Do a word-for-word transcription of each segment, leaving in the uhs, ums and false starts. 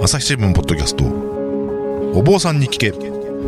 朝日新聞ポッドキャスト、お坊さんに聞け。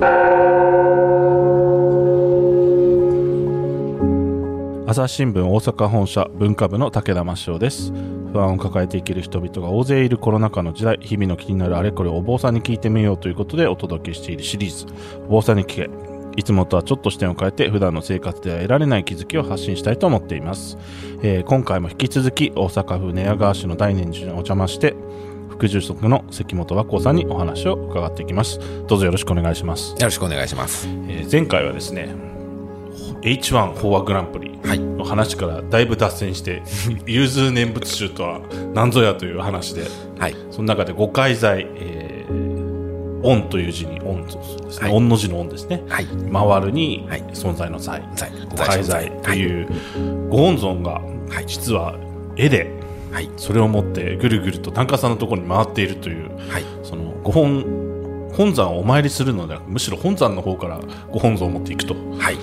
朝日新聞大阪本社文化部の武田真翔です。不安を抱えて生きる人々が大勢いるコロナ禍の時代、日々の気になるあれこれをお坊さんに聞いてみようということでお届けしているシリーズ、お坊さんに聞け。いつもとはちょっと視点を変えて普段の生活では得られない気づきを発信したいと思っています。えー、今回も引き続き大阪府寝屋川市の大念寺にお邪魔して、副住職の関本和光さんにお話を伺っていきます。どうぞよろしくお願いします。 よろしくお願いします。 えー、前回はですね、エイチワン 法話グランプリの話からだいぶ脱線して、はい、融通念仏宗とは何ぞやという話で、はい、その中で五戒財、えー、恩という字に恩ですね、はい、恩の字の恩ですね、はい、回るに、はい、存在の財、五戒財というご本尊が実は絵で、はい、それを持ってぐるぐると檀家さんのところに回っているという、はい、そのご本本山をお参りするのではなく、むしろ本山の方からご本尊を持っていくという、はい、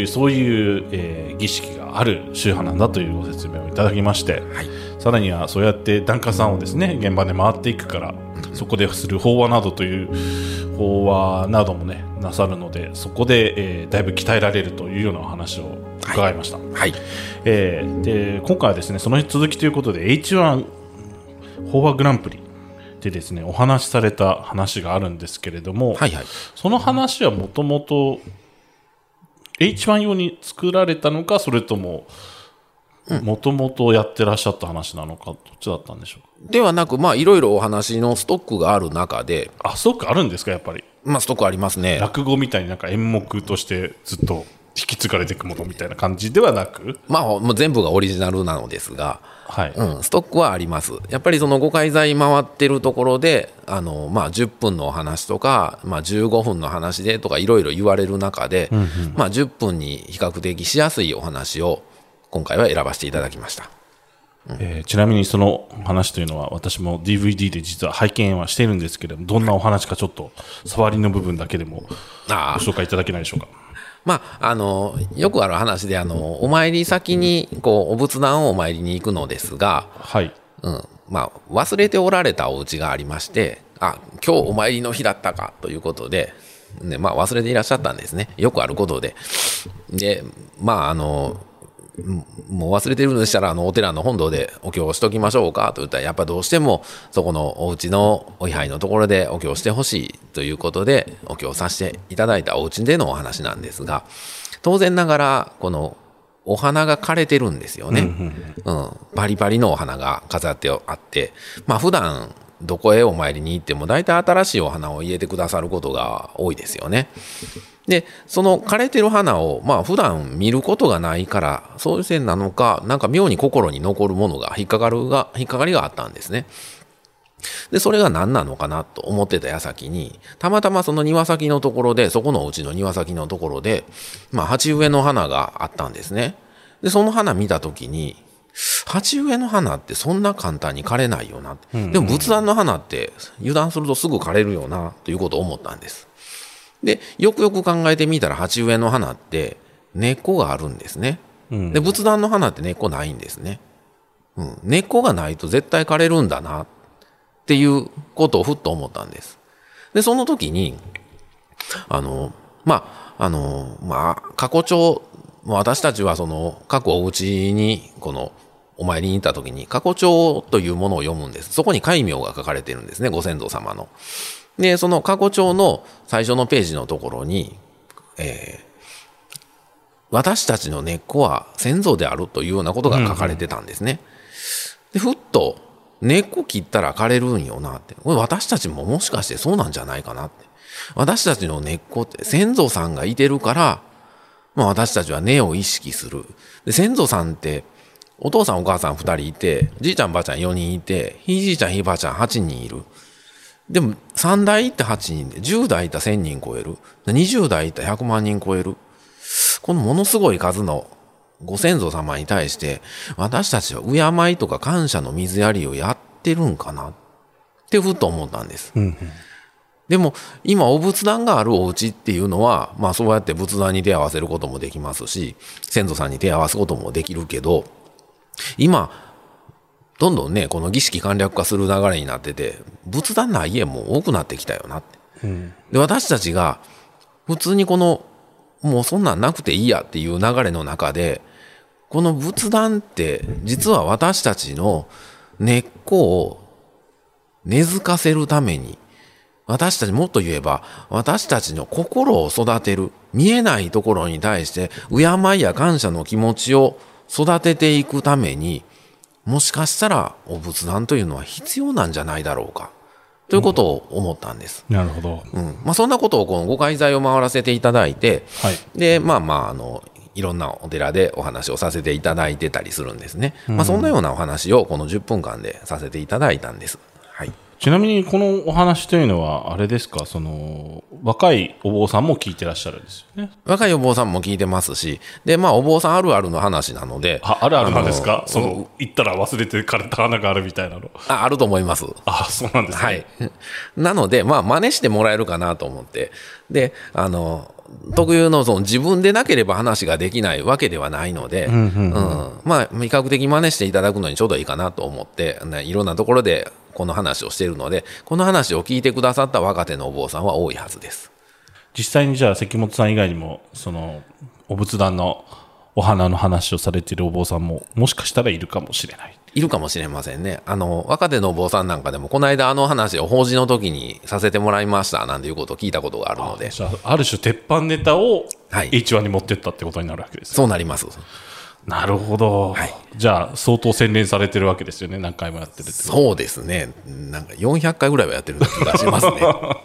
そういう、えー、儀式がある宗派なんだというご説明をいただきまして、はい、さらにはそうやって檀家さんをですね、現場で回っていくから、うん、そこでする法話などという法話などもねなさるので、そこで、えー、だいぶ鍛えられるというようなお話を伺いました。はいはい、えー、で今回はですね、その続きということで エイチワン 法話グランプリでですね、お話しされた話があるんですけれども、はいはい、その話はもともと エイチワン 用に作られたのか、それとももともとやってらっしゃった話なのか、どっちだったんでしょうか。 ではなく、まあいろいろお話のストックがある中で。 あ、ストックあるんですか。やっぱり、 まあ、ストックありますね。 落語みたいになんか演目としてずっと引き継がれていくものみたいな感じではなく、 まあ、もう全部がオリジナルなのですが、はい、うん、ストックはあります。やっぱりその五戒財回ってるところで、あの、まあ、じゅっぷんのお話とか、まあ、じゅうごふんの話でとかいろいろ言われる中で、うんうん、まあ、じゅっぷんに比較的しやすいお話を今回は選ばせていただきました。 うん、えー、ちなみにその話というのは私も ディーブイディー で実は拝見はしているんですけれども、どんなお話かちょっと触りの部分だけでもご紹介いただけないでしょうか。 まあ、あのよくある話で、あのお参り先にこうお仏壇をお参りに行くのですが、はい、うん、まあ、忘れておられたお家がありまして、あ、今日お参りの日だったかということで、ね、まあ、忘れていらっしゃったんですね。よくあることで、で、まあ、あのもう忘れてるのでしたら、あのお寺の本堂でお経をしときましょうかと言ったら、やっぱどうしてもそこのお家のお位牌のところでお経をしてほしいということでお経をさせていただいたお家でのお話なんですが、当然ながらこのお花が枯れてるんですよね。うん、バリバリのお花が飾ってあって、まあ普段どこへお参りに行っても大体新しいお花を入れてくださることが多いですよね。で、その枯れてる花をまあ普段見ることがないから、そういう線なのか、なんか妙に心に残るものが引っかかるが引っかかりがあったんですね。で、それが何なのかなと思ってた矢先に、たまたまその庭先のところで、そこのうちの庭先のところで、まあ鉢植えの花があったんですね。で、その花見たときに、鉢植えの花ってそんな簡単に枯れないよな、うんうん、でも仏壇の花って油断するとすぐ枯れるよなということを思ったんです。で、よくよく考えてみたら、鉢植えの花って根っこがあるんですね。うん、で、仏壇の花って根っこないんですね。うん、根っこがないと絶対枯れるんだなっていうことをふっと思ったんです。で、その時に、あの、まあ、あの、まあ、過去帳、私たちはその各お家にこのお参りに行った時に過去帳というものを読むんです。そこに戒名が書かれてるんですね、ご先祖様の。で、その過去帳の最初のページのところに、えー、私たちの根っこは先祖であるというようなことが書かれてたんですね。うんうん、で、ふっと根っこ切ったら枯れるんよなって。これ私たちももしかしてそうなんじゃないかなって。私たちの根っこって先祖さんがいてるから、まあ私たちは根を意識する。で、先祖さんってお父さんお母さんふたりいて、じいちゃんばあちゃんよにんいて、ひいじいちゃんひいばあちゃんはちにんいる。でもさん代いってはちにんで、じゅう代いったらせんにん超える。にじゅう代いったらひゃくまんにん超える。このものすごい数のご先祖様に対して私たちは敬いとか感謝の水やりをやってるんかなってふっと思ったんです。うんうん、でも今お仏壇があるお家っていうのは、まあそうやって仏壇に手を合わせることもできますし、先祖さんに手を合わすこともできるけど、今どんどんねこの儀式簡略化する流れになってて、 仏壇ない家も多くなってきたよなって、うん、で私たちが普通にこのもうそんなんなくていいやっていう流れの中で、この仏壇って実は私たちの根っこを根付かせるために、私たちもっと言えば私たちの心を育てる、見えないところに対して敬いや感謝の気持ちを育てていくために、もしかしたらお仏壇というのは必要なんじゃないだろうかということを思ったんです。 うん、なるほど。 うんまあ、そんなことをこのご開催を回らせていただいて、 はい、 でまあまああのいろんなお寺でお話をさせていただいてたりするんですね。まあ、そんなようなお話をこのじゅっぷんかんでさせていただいたんです。はい、 ちなみにこのお話というのはあれですか、その若いお坊さんも聞いてらっしゃるんですよね。 若いお坊さんも聞いてますし、でまあお坊さんあるあるの話なので。 あ、あるあるなんですか。その行ったら忘れてかれた花があるみたいなの。 あ、あると思います。 あ、そうなんですね。 はい。なのでまあ真似してもらえるかなと思って、であの特有のその自分でなければ話ができないわけではないので、うんうんうんうん、まあ比較的真似していただくのにちょうどいいかなと思って、ね、いろんなところでこの話をしているので、この話を聞いてくださった若手のお坊さんは多いはずです。 実際にじゃあ関本さん以外にもそのお仏壇のお花の話をされているお坊さんももしかしたらいるかもしれない。 いるかもしれませんね。あの若手のお坊さんなんかでもこの間あの話を法事の時にさせてもらいましたなんていうことを聞いたことがあるので、 あ、じゃあ、ある種鉄板ネタを エイチワン に持ってったってことになるわけです、ね。 そうなります。 なるほど、 はい、 じゃあ相当洗練されてるわけですよね。何回もやってるって。 そうですね。なんかよんひゃっかいぐらいはやってる気がしますね。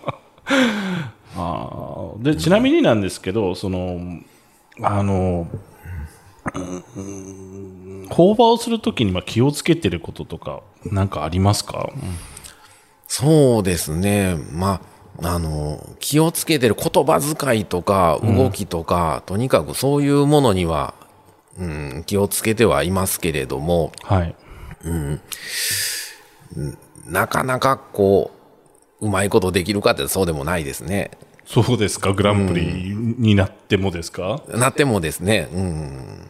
あでちなみになんですけど、そのあの、うん、法話をするときに気をつけてることとか何かありますか？うん、 そうですね。まああの気をつけてる言葉遣いとか動きとか、うん、とにかくそういうものには、うん、気をつけてはいますけれども、 はいうん、なかなかこううまいことできるかってそうでもないですね。 そうですか。グランプリになってもですか？ うん、なってもですね。うん、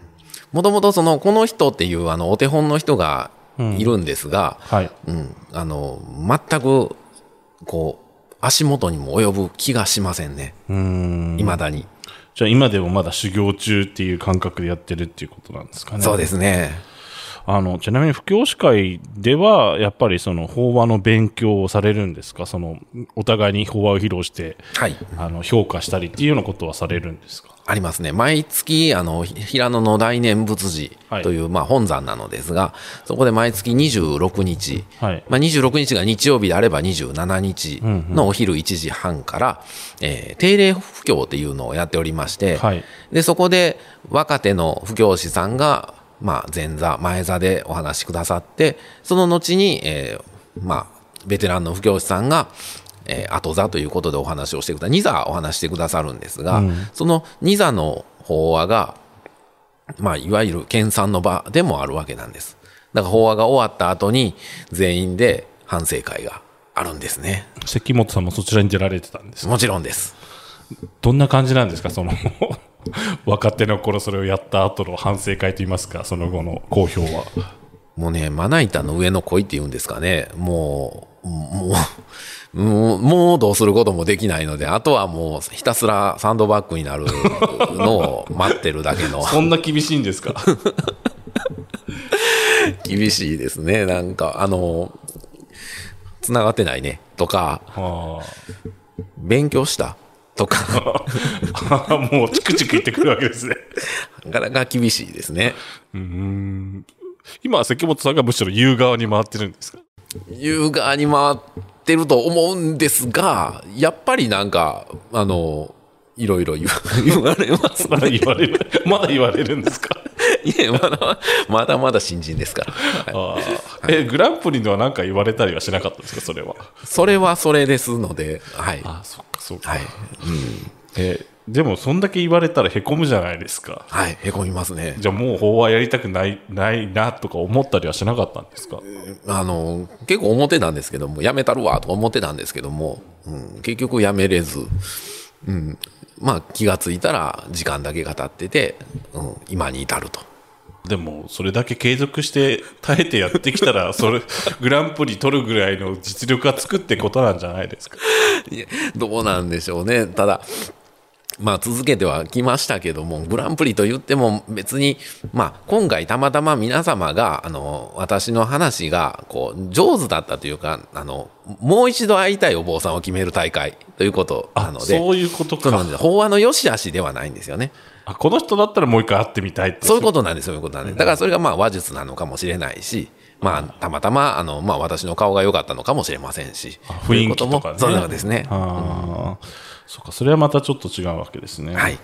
もともとそのこの人っていうあのお手本の人がいるんですが、 うん、はいうん、あの全くこう足元にも及ぶ気がしませんね。うーん、未だに。 じゃあ今でもまだ修行中っていう感覚でやってるっていうことなんですかね。 そうですね。 あのちなみに布教師会ではやっぱりその法話の勉強をされるんですか？そのお互いに法話を披露して、はい、あの評価したりっていうようなことはされるんですか？ ありますね。毎月あの平野の大念仏寺という、はい、まあ、本山なのですが、そこで毎月にじゅうろくにち、はい、まあ、にじゅうろくにちが日曜日であればにじゅうしちにちのお昼いちじはんから、うんうん、えー、定例布教っていうのをやっておりまして、はい、でそこで若手の布教師さんがまあ、前座前座でお話しくださって、その後に、えーまあ、ベテランの布教師さんが、えー、後座ということでお話をしてくださるに座お話してくださるんですが、うん、そのに座の法話が、まあ、いわゆる研鑽の場でもあるわけなんです。だから法話が終わった後に全員で反省会があるんですね。 関本さんもそちらに出られてたんですか？ もちろんです。 どんな感じなんですか？その若手の頃それをやった後の反省会といいますか、その後の好評は。 もうね、まな板の上の恋っていうんですかね。もうもうもうもうどうすることもできないので、あとはもうひたすらサンドバッグになるのを待ってるだけの。 そんな厳しいんですか？ 厳しいですね。なんかあの繋がってないねとか、はあ、勉強したとかもうチクチク言ってくるわけですね。 なかなか厳しいですね。 うーん、今は関本さんがむしろ言う側に回ってるんですか？ 言う側に回ってると思うんですが、やっぱりなんかあのいろいろ言われますね。 まだ言われるまだ言われるんですか？ いや、まだまだまだ新人ですから。 あ、はい、えグランプリでは何か言われたりはしなかったんですか？それはそれはそれですので、はい。 あ、そっかそっか、 はい、うん、 えでもそんだけ言われたらへこむじゃないですか。 はい、へこみますね。 じゃあもう法話やりたくないないなとか思ったりはしなかったんですか？ あの結構思ってたんですけども、やめたるわとか思ってたんですけども、うん、結局やめれず、うん、まあ気がついたら時間だけが経ってて、うん、今に至ると。 でもそれだけ継続して耐えてやってきたらそれグランプリ取るぐらいの実力がつくってことなんじゃないですか。 いやどうなんでしょうね。ただまあ続けてはきましたけども、グランプリと言っても別に、まあ今回たまたま皆様があの私の話がこう上手だったというか、あのもう一度会いたいお坊さんを決める大会ということなので、 そういうことか。 法話の良し悪しではないんですよね。 あ、この人だったらもう一回会ってみたいって。 そういうことなんです。そういうことなんです。だからそれがまあ話術なのかもしれないし、まあたまたまあのまあ私の顔が良かったのかもしれませんし、 雰囲気とかね。 そうなんですね。 あ、うん、そうか、それはまたちょっと違うわけですね。 はい。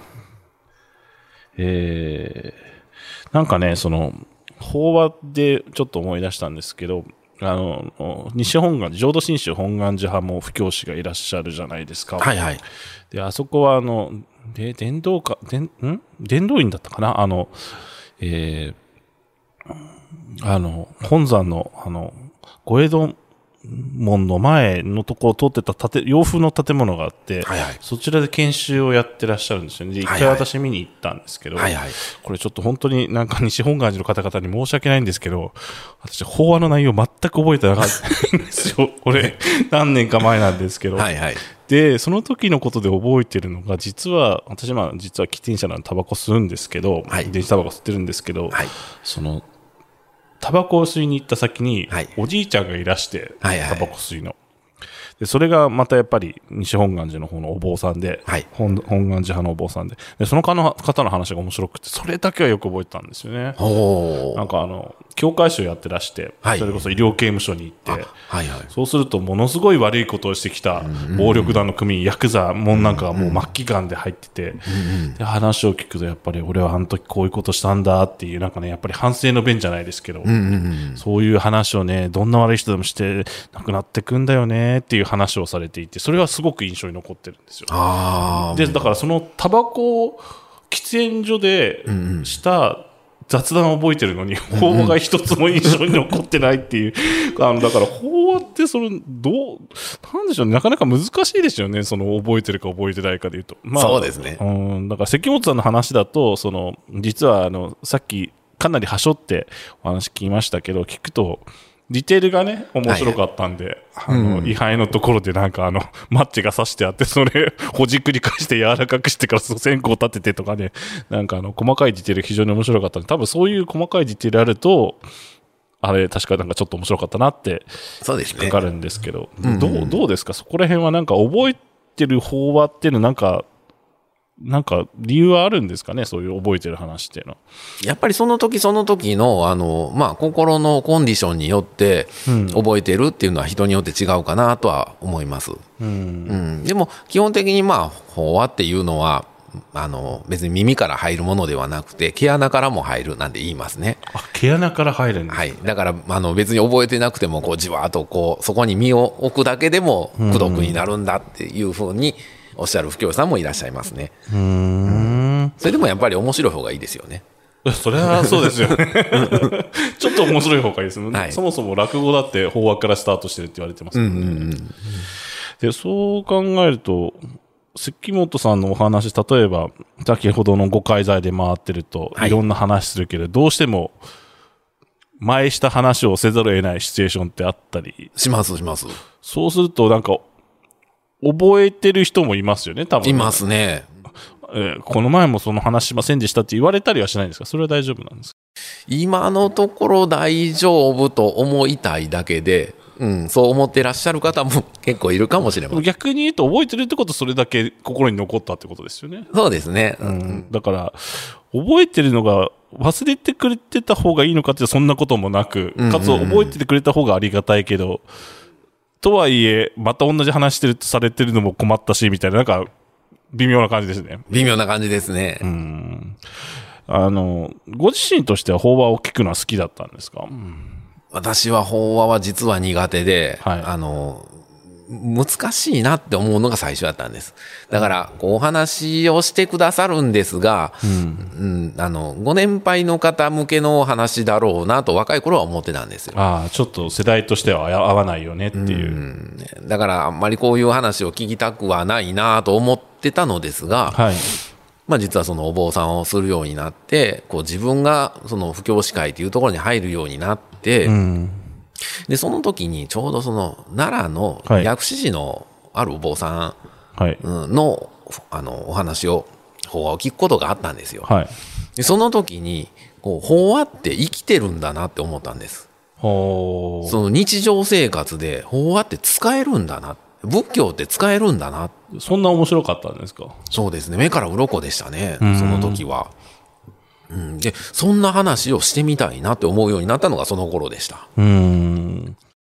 えー、なんかね、その法話でちょっと思い出したんですけど、あの西本願浄土真宗本願寺派も布教師がいらっしゃるじゃないですか。 はいはい。 であそこはあので伝道か伝ん伝道院だったかな、あの、えー、あの本山のあの御江戸門の前のところを通ってた建洋風の建物があって、はいはい、そちらで研修をやってらっしゃるんですよね。で一回私見に行ったんですけど、はいはい、これちょっと本当になんか西本願寺の方々に申し訳ないんですけど、私法話の内容全く覚えてなかったんですよ。これ何年か前なんですけど、はいはい、でその時のことで覚えてるのが、実は私は実は喫煙者なのでタバコ吸うんですけど、はい、電子タバコ吸ってるんですけど、はい、そのタバコを吸いに行った先に、はい、おじいちゃんがいらして、はいはい、タバコ吸いので、それがまたやっぱり西本願寺の方のお坊さんで、はい、本, 本願寺派のお坊さん で, でその方の話が面白くて、それだけはよく覚えてたんですよね。なんかあの教会所やってらして、はい、それこそ医療刑務所に行って、はいはい、そうするとものすごい悪いことをしてきた暴力団の組員、ヤクザもんなんかがもう末期がんで入ってて、で話を聞くとやっぱり俺はあの時こういうことしたんだっていう、なんかね、やっぱり反省の弁じゃないですけど、うんうんうん、そういう話をね、どんな悪い人でもして亡くなってくんだよねっていう話をされていて、それはすごく印象に残ってるんですよ。あでだからそのタバコを喫煙所でした雑談を覚えてるのに、法話が一つも印象に残ってないっていう、うん、あのだから法話ってそのどうなんでしょうね、なかなか難しいですよね、その覚えてるか覚えてないかでいうと、まあ、そうですね。うん、だから関本さんの話だと、その実はあのさっきかなりはしょってお話聞きましたけど、聞くとディテールがね面白かったんで、はい、あの、うん、位牌のところでなんかあのマッチが刺してあって、それほじくり返して柔らかくしてから線香立ててとかね、なんかあの細かいディテール非常に面白かったんで、多分そういう細かいディテールあるとあれ確かなんかちょっと面白かったなって引っかかるんですけど、そうですね。どう、うんうん、どうですか、そこら辺はなんか覚えてる法話っていうのなんかなんか理由はあるんですかね、そういう覚えてる話っていうのは。 やっぱりその時その時のあの、まあ、心のコンディションによって覚えてるっていうのは人によって違うかなとは思います、うんうん、でも基本的にまあ法話っていうのはあの別に耳から入るものではなくて毛穴からも入るなんて言いますね。 あ、毛穴から入るんですか。 はい、だからあの別に覚えてなくてもこうじわーっとこうそこに身を置くだけでも功徳になるんだっていうふうにおっしゃる布教師さんもいらっしゃいますね。うーん、それでもやっぱり面白い方がいいですよね。 それはそうですよね。ちょっと面白い方がいいですもんね、はい、そもそも落語だって法話からスタートしてるって言われてますもんね、うんうんうん、でそう考えると関本さんのお話、例えば先ほどのご介在で回ってると、はい、いろんな話するけどどうしても前した話をせざるを得ないシチュエーションってあったりしますします。 そうするとなんか覚えてる人もいますよね、多分。 いますね。 えー、この前もその話しませんでしたって言われたりはしないんですか。それは大丈夫なんですか。 今のところ大丈夫と思いたいだけで、うん、そう思ってらっしゃる方も結構いるかもしれません。 逆に言うと覚えてるってことはそれだけ心に残ったってことですよね。 そうですね、 うんうん、だから覚えてるのが忘れてくれてた方がいいのかってそんなこともなく、かつ覚えててくれた方がありがたいけど、とはいえまた同じ話してるとされてるのも困ったしみたいな、なんか微妙な感じですね。 微妙な感じですね。 うん、あのご自身としては法話を聞くのは好きだったんですか。うん、 私は法話は実は苦手で、はい、あの難しいなって思うのが最初だったんです。だからこうお話をしてくださるんですが、うんうん、あのご年配の方向けのお話だろうなと若い頃は思ってたんですよ。 ああ、ちょっと世代としては合わないよねっていう、うん、 だからあんまりこういう話を聞きたくはないなと思ってたのですが、はい、 まあ、実はそのお坊さんをするようになって、こう自分がその布教師会というところに入るようになって、うん、でその時にちょうどその奈良の薬師寺のあるお坊さんの、あのお話を法話を聞くことがあったんですよ。はい、でその時にこう法話って生きてるんだなって思ったんです。その日常生活で法話って使えるんだな、仏教って使えるんだな。 そんな面白かったんですか？ そうですね、目から鱗でしたね、その時は。うん、でそんな話をしてみたいなって思うようになったのがその頃でした。うーん、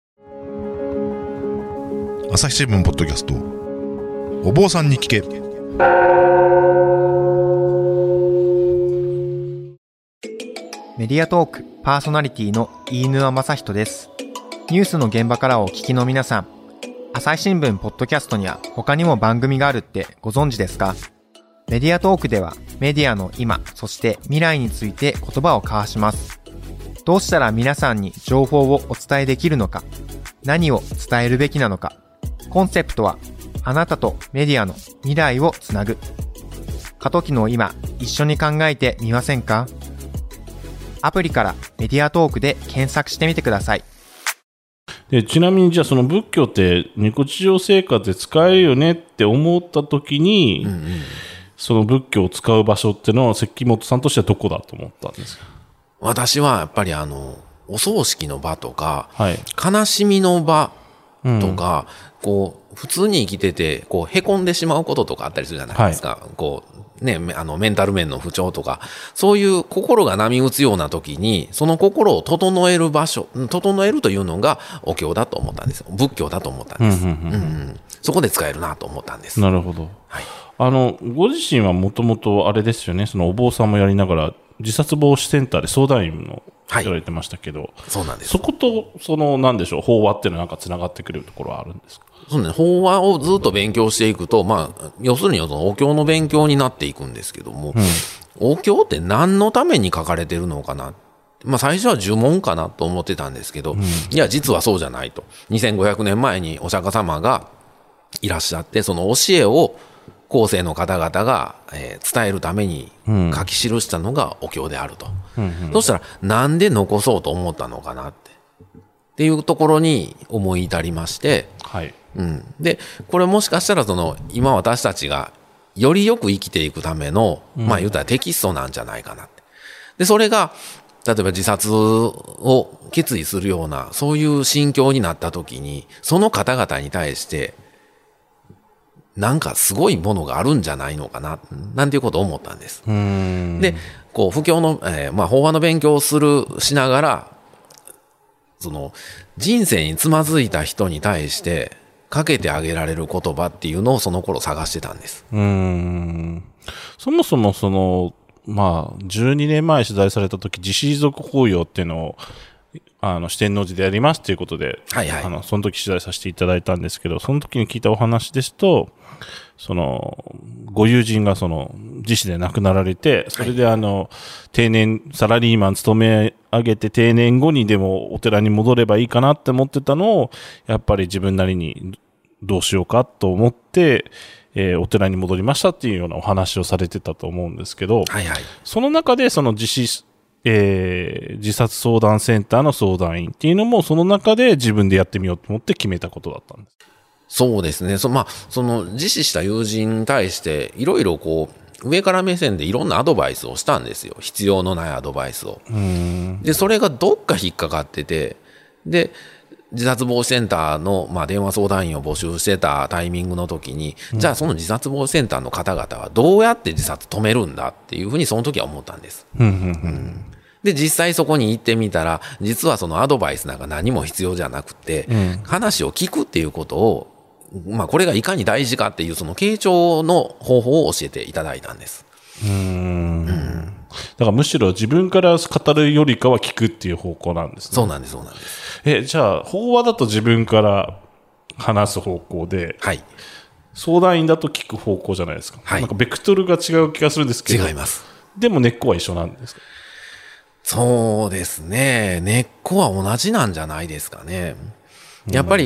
朝日新聞ポッドキャスト、お坊さんに聞け。 メディアトークパーソナリティの飯沼正人です。ニュースの現場からお聞きの皆さん、朝日新聞ポッドキャストには他にも番組があるってご存知ですか？メディアトークではメディアの今、そして未来について言葉を交わします。どうしたら皆さんに情報をお伝えできるのか、何を伝えるべきなのか。コンセプトはあなたとメディアの未来をつなぐ。過渡期の今、一緒に考えてみませんか？アプリからメディアトークで検索してみてください。 でちなみにじゃあその仏教って日常生活で使えるよねって思った時に、うんうん、その仏教を使う場所っていうのは関本さんとしてはどこだと思ったんですか？ 私はやっぱりあのお葬式の場とか、はい、悲しみの場とか、うん、こう普通に生きててこうへこんでしまうこととかあったりするじゃないですか、はい、こうね、あのメンタル面の不調とか、そういう心が波打つような時にその心を整える場所、整えるというのがお経だと思ったんですよ。仏教だと思ったんです、うんうんうんうん、そこで使えるなと思ったんです。 なるほど、はい、あのご自身はもともとあれですよね、そのお坊さんもやりながら自殺防止センターで相談員のやられてましたけど、はい、 そうなんです。 そことその何でしょう、法話っていうのはなんかつながってくるところはあるんですか？ そうね、法話をずっと勉強していくと、まあ、要するにそのお経の勉強になっていくんですけども、うん、お経って何のために書かれてるのかな、まあ、最初は呪文かなと思ってたんですけど、うん、いや実はそうじゃないと。にせんごひゃくねんまえにお釈迦様がいらっしゃって、その教えを後世の方々が、えー、伝えるために書き記したのがお経であると、うんうんうん、そしたらなんで残そうと思ったのかなってっていうところに思い至りまして、はい、うん、でこれもしかしたらその今私たちがよりよく生きていくための、うん、まあ言うたらテキストなんじゃないかなって。でそれが例えば自殺を決意するようなそういう心境になった時に、その方々に対してなんかすごいものがあるんじゃないのかななんていうことを思ったんです。うーんでこう布教の、えーまあ、法話の勉強をするしながら、その人生につまずいた人に対してかけてあげられる言葉っていうのをその頃探してたんです。 うーんそもそもそのまあじゅうにねんまえ取材された時、自死族法要っていうのをあの四天王寺でやりますということで、はいはい、あのその時取材させていただいたんですけど、その時に聞いたお話ですと、そのご友人がその自死で亡くなられて、それであの、はい、定年サラリーマン勤め上げて定年後にでもお寺に戻ればいいかなって思ってたのを、やっぱり自分なりにどうしようかと思って、えー、お寺に戻りましたっていうようなお話をされてたと思うんですけど、はいはい、その中でその自死えー、自殺相談センターの相談員っていうのもその中で自分でやってみようと思って決めたことだったんです。 そうですね。そ、まあ、その自死した友人に対していろいろこう上から目線でいろんなアドバイスをしたんですよ。必要のないアドバイスを。うーんでそれがどっか引っかかってて、で自殺防止センターの、まあ、電話相談員を募集してたタイミングの時に、うん、じゃあその自殺防止センターの方々はどうやって自殺止めるんだっていうふうにその時は思ったんです。うんうんうんうんで実際そこに行ってみたら、実はそのアドバイスなんか何も必要じゃなくて、うん、話を聞くっていうことを、まあこれがいかに大事かっていうその傾聴の方法を教えていただいたんです。うーん、 うん、だからむしろ自分から語るよりかは聞くっていう方向なんですね。 そうなんです、そうなんです。 え、じゃあ法話だと自分から話す方向で、はい、相談員だと聞く方向じゃないですか。はい、なんかベクトルが違う気がするんですけど。 違います。 でも根っこは一緒なんですか？ そうですね。根っこは同じなんじゃないですかね。やっぱり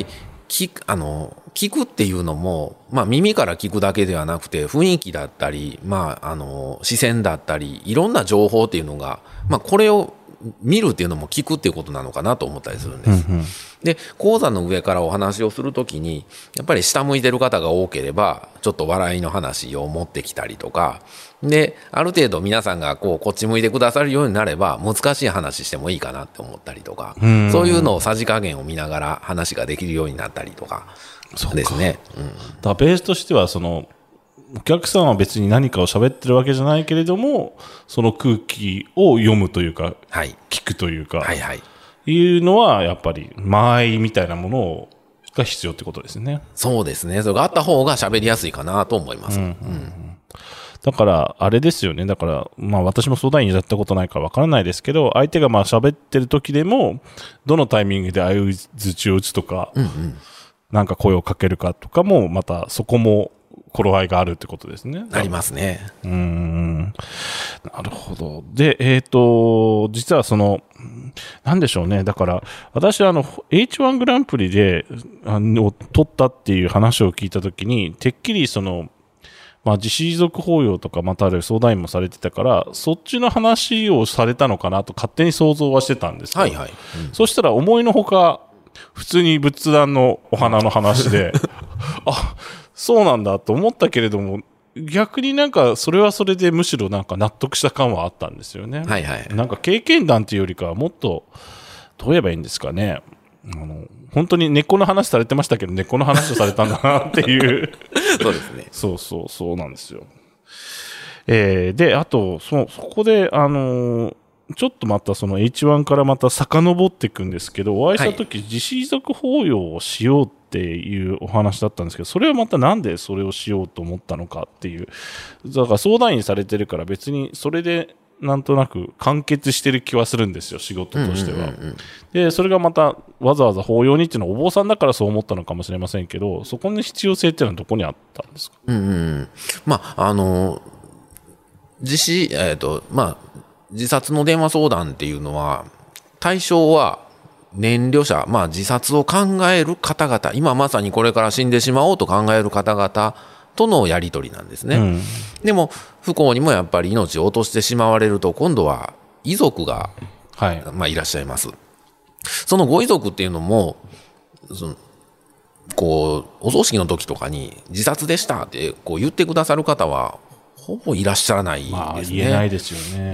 聞く、あの、聞くっていうのも、まあ耳から聞くだけではなくて、雰囲気だったり、まあ、あの、視線だったり、いろんな情報っていうのが、まあこれを見るっていうのも聞くっていうことなのかなと思ったりするんです。うんうん、で、講座の上からお話をするときに、やっぱり下向いてる方が多ければ、ちょっと笑いの話を持ってきたりとか、で、ある程度皆さんがこう、こっち向いてくださるようになれば、難しい話してもいいかなって思ったりとか、うそういうのをさじ加減を見ながら話ができるようになったりとかですね。 うん、だからベースとしては、その、お客さんは別に何かを喋ってるわけじゃないけれども、その空気を読むというか、はい、聞くというか、はいはい、いうのはやっぱり間合いみたいなものをが必要ってことですね。 そうですね。それがあった方が喋りやすいかなと思います。うんうんうん、 だからあれですよね。だからまあ私も相談員やったことないからわからないですけど、相手がまあ喋ってる時でもどのタイミングで相づちを打つとか、うんうん、なんか声をかけるかとかもまたそこも頃合いがあるってことですね。 ありますね。 うーん。なるほど。で、えっと、実はその、なんでしょうね。だから、私はあの、エイチワン グランプリで、あの、取ったっていう話を聞いたときに、てっきりその、まあ、自主持続法要とか、またある相談員もされてたから、そっちの話をされたのかなと勝手に想像はしてたんですよ。はいはい。うん、そしたら思いのほか、普通に仏壇のお花の話で、あ、そうなんだと思ったけれども、逆になんかそれはそれでむしろなんか納得した感はあったんですよね。はいはい。なんか経験談というよりかはもっとどう言えばいいんですかね。あの本当に根っこの話されてましたけど根っこの話をされたんだなっていうそうですね。 そうそうそうなんですよ。えー、であとそそこであのー。ちょっとまたその エイチワン からまた遡っていくんですけど、お会いした時、はい、自主持続法要をしようっていうお話だったんですけど、それはまたなんでそれをしようと思ったのかっていう、だから相談員されてるから別にそれでなんとなく完結してる気はするんですよ、仕事としては。うんうんうんうん、で、それがまたわざわざ法要にっていうのはお坊さんだからそう思ったのかもしれませんけど、そこの必要性っていうのはどこにあったんですか？ うんうん、まあ、あの、自死、えっと、まあ、自殺の電話相談っていうのは、対象は燃料者、まあ自殺を考える方々、今まさにこれから死んでしまおうと考える方々とのやり取りなんですね。うん、でも、不幸にもやっぱり命を落としてしまわれると、今度は遺族が、はい、まあいらっしゃいます。そのご遺族っていうのも、そのこう、お葬式の時とかに自殺でしたってこう言ってくださる方は、ほぼいらっしゃらないですね。まあ、 言えないですよね。 うん、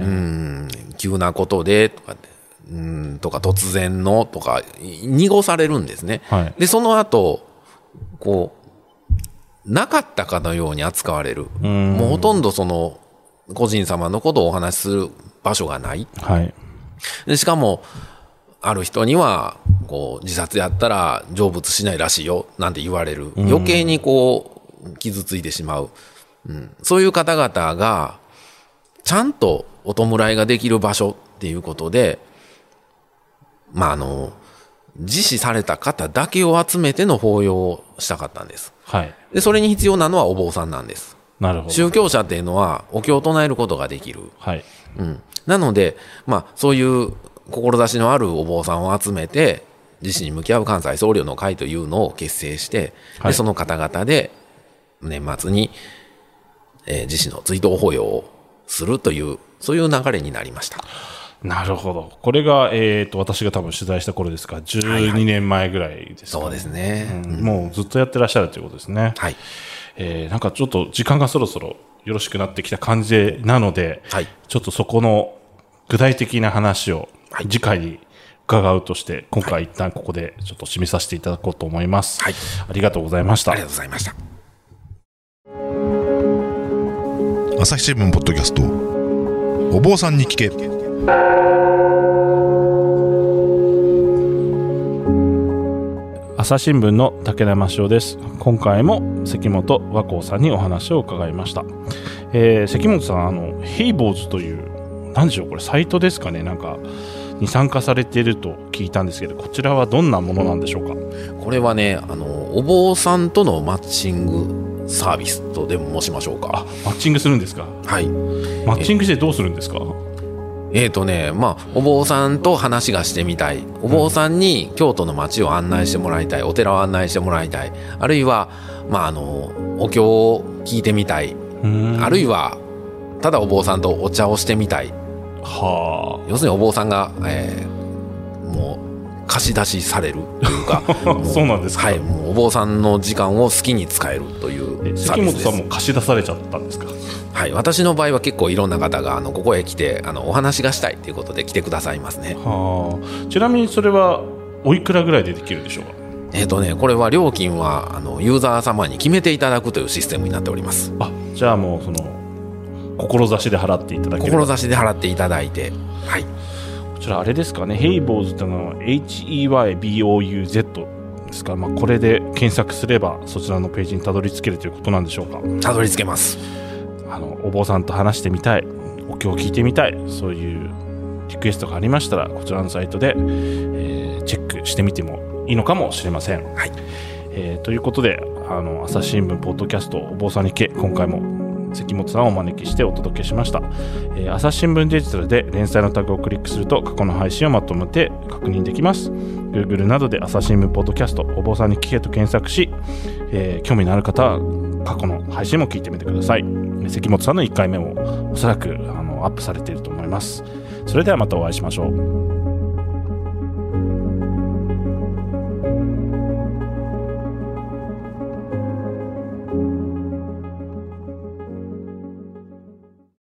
急なことでとか、うん、とか突然のとか濁されるんですね。はい、でその後こうなかったかのように扱われる。うもうほとんどその個人様のことをお話しする場所がない。はい、でしかもある人にはこう自殺やったら成仏しないらしいよなんて言われる。余計にこう傷ついてしまう。うん、そういう方々がちゃんとお弔いができる場所っていうことで、まああの自死された方だけを集めての法要をしたかったんです。はい、でそれに必要なのはお坊さんなんです。なるほど。宗教者っていうのはお経を唱えることができる。はい、うん、なので、まあそういう志のあるお坊さんを集めて自死に向き合う関西僧侶の会というのを結成して、はい、でその方々で年末にえー、自死の追悼法要をするというそういう流れになりました。 なるほど。これが、えー、と私が多分取材した頃ですからじゅうにねんまえぐらいですか、ね。はいはい、そうですね、うん、もうずっとやってらっしゃるということですね。はい、えー、なんかちょっと時間がそろそろよろしくなってきた感じなので、はい、ちょっとそこの具体的な話を次回に伺うとして、今回一旦ここでちょっと締めさせていただこうと思います。はい、ありがとうございました。 ありがとうございました。 朝日新聞ポッドキャストお坊さんに聞け。 朝日新聞の武田真翔です。今回も関本和光さんにお話を伺いました。えー、関本さん、あのヘイボーズという何でしょうこれサイトですかね、なんかに参加されていると聞いたんですけど、こちらはどんなものなんでしょうか。 これはね、あのお坊さんとのマッチングサービスとでも申しましょうか。 あ、マッチングするんですか。 はい。 マッチングしてどうするんですか。 えーとねまあ、お坊さんと話がしてみたい、お坊さんに京都の街を案内してもらいたい、お寺を案内してもらいたい、あるいは、まあ、あのお経を聞いてみたい、あるいはただお坊さんとお茶をしてみたい、はあ、要するにお坊さんが、えー、もう貸し出しされるというかそうなんですか、 はい、もうお坊さんの時間を好きに使えるというサービスです。 関本さんも貸し出されちゃったんですか？ はい、私の場合は結構いろんな方があのここへ来てあのお話がしたいということで来てくださいますね。 はあ、ちなみにそれはおいくらぐらいでできるでしょうか？ えーとね、これは料金はあのユーザー様に決めていただくというシステムになっております。 あ、じゃあもうその志で払っていただければ、 志で払っていただいて、はい、 こちらあれですかね、ヘイボーズというのは エイチイーワイビーオーユーゼット ですから、まあ、これで検索すればそちらのページにたどり着けるということなんでしょうか？ たどり着けます。 あのお坊さんと話してみたい、お経を聞いてみたい、そういうリクエストがありましたらこちらのサイトで、えー、チェックしてみてもいいのかもしれません。はい、えー、ということであの朝日新聞ポッドキャストお坊さんに聞け、今回も関本さんをお招きしてお届けしました。えー、朝日新聞デジタルで連載のタグをクリックすると過去の配信をまとめて確認できます。 Google などで朝日新聞ポッドキャストお坊さんに聞けと検索し、えー、興味のある方は過去の配信も聞いてみてください。関本さんのいっかいめもおそらくあのアップされていると思います。それではまたお会いしましょう。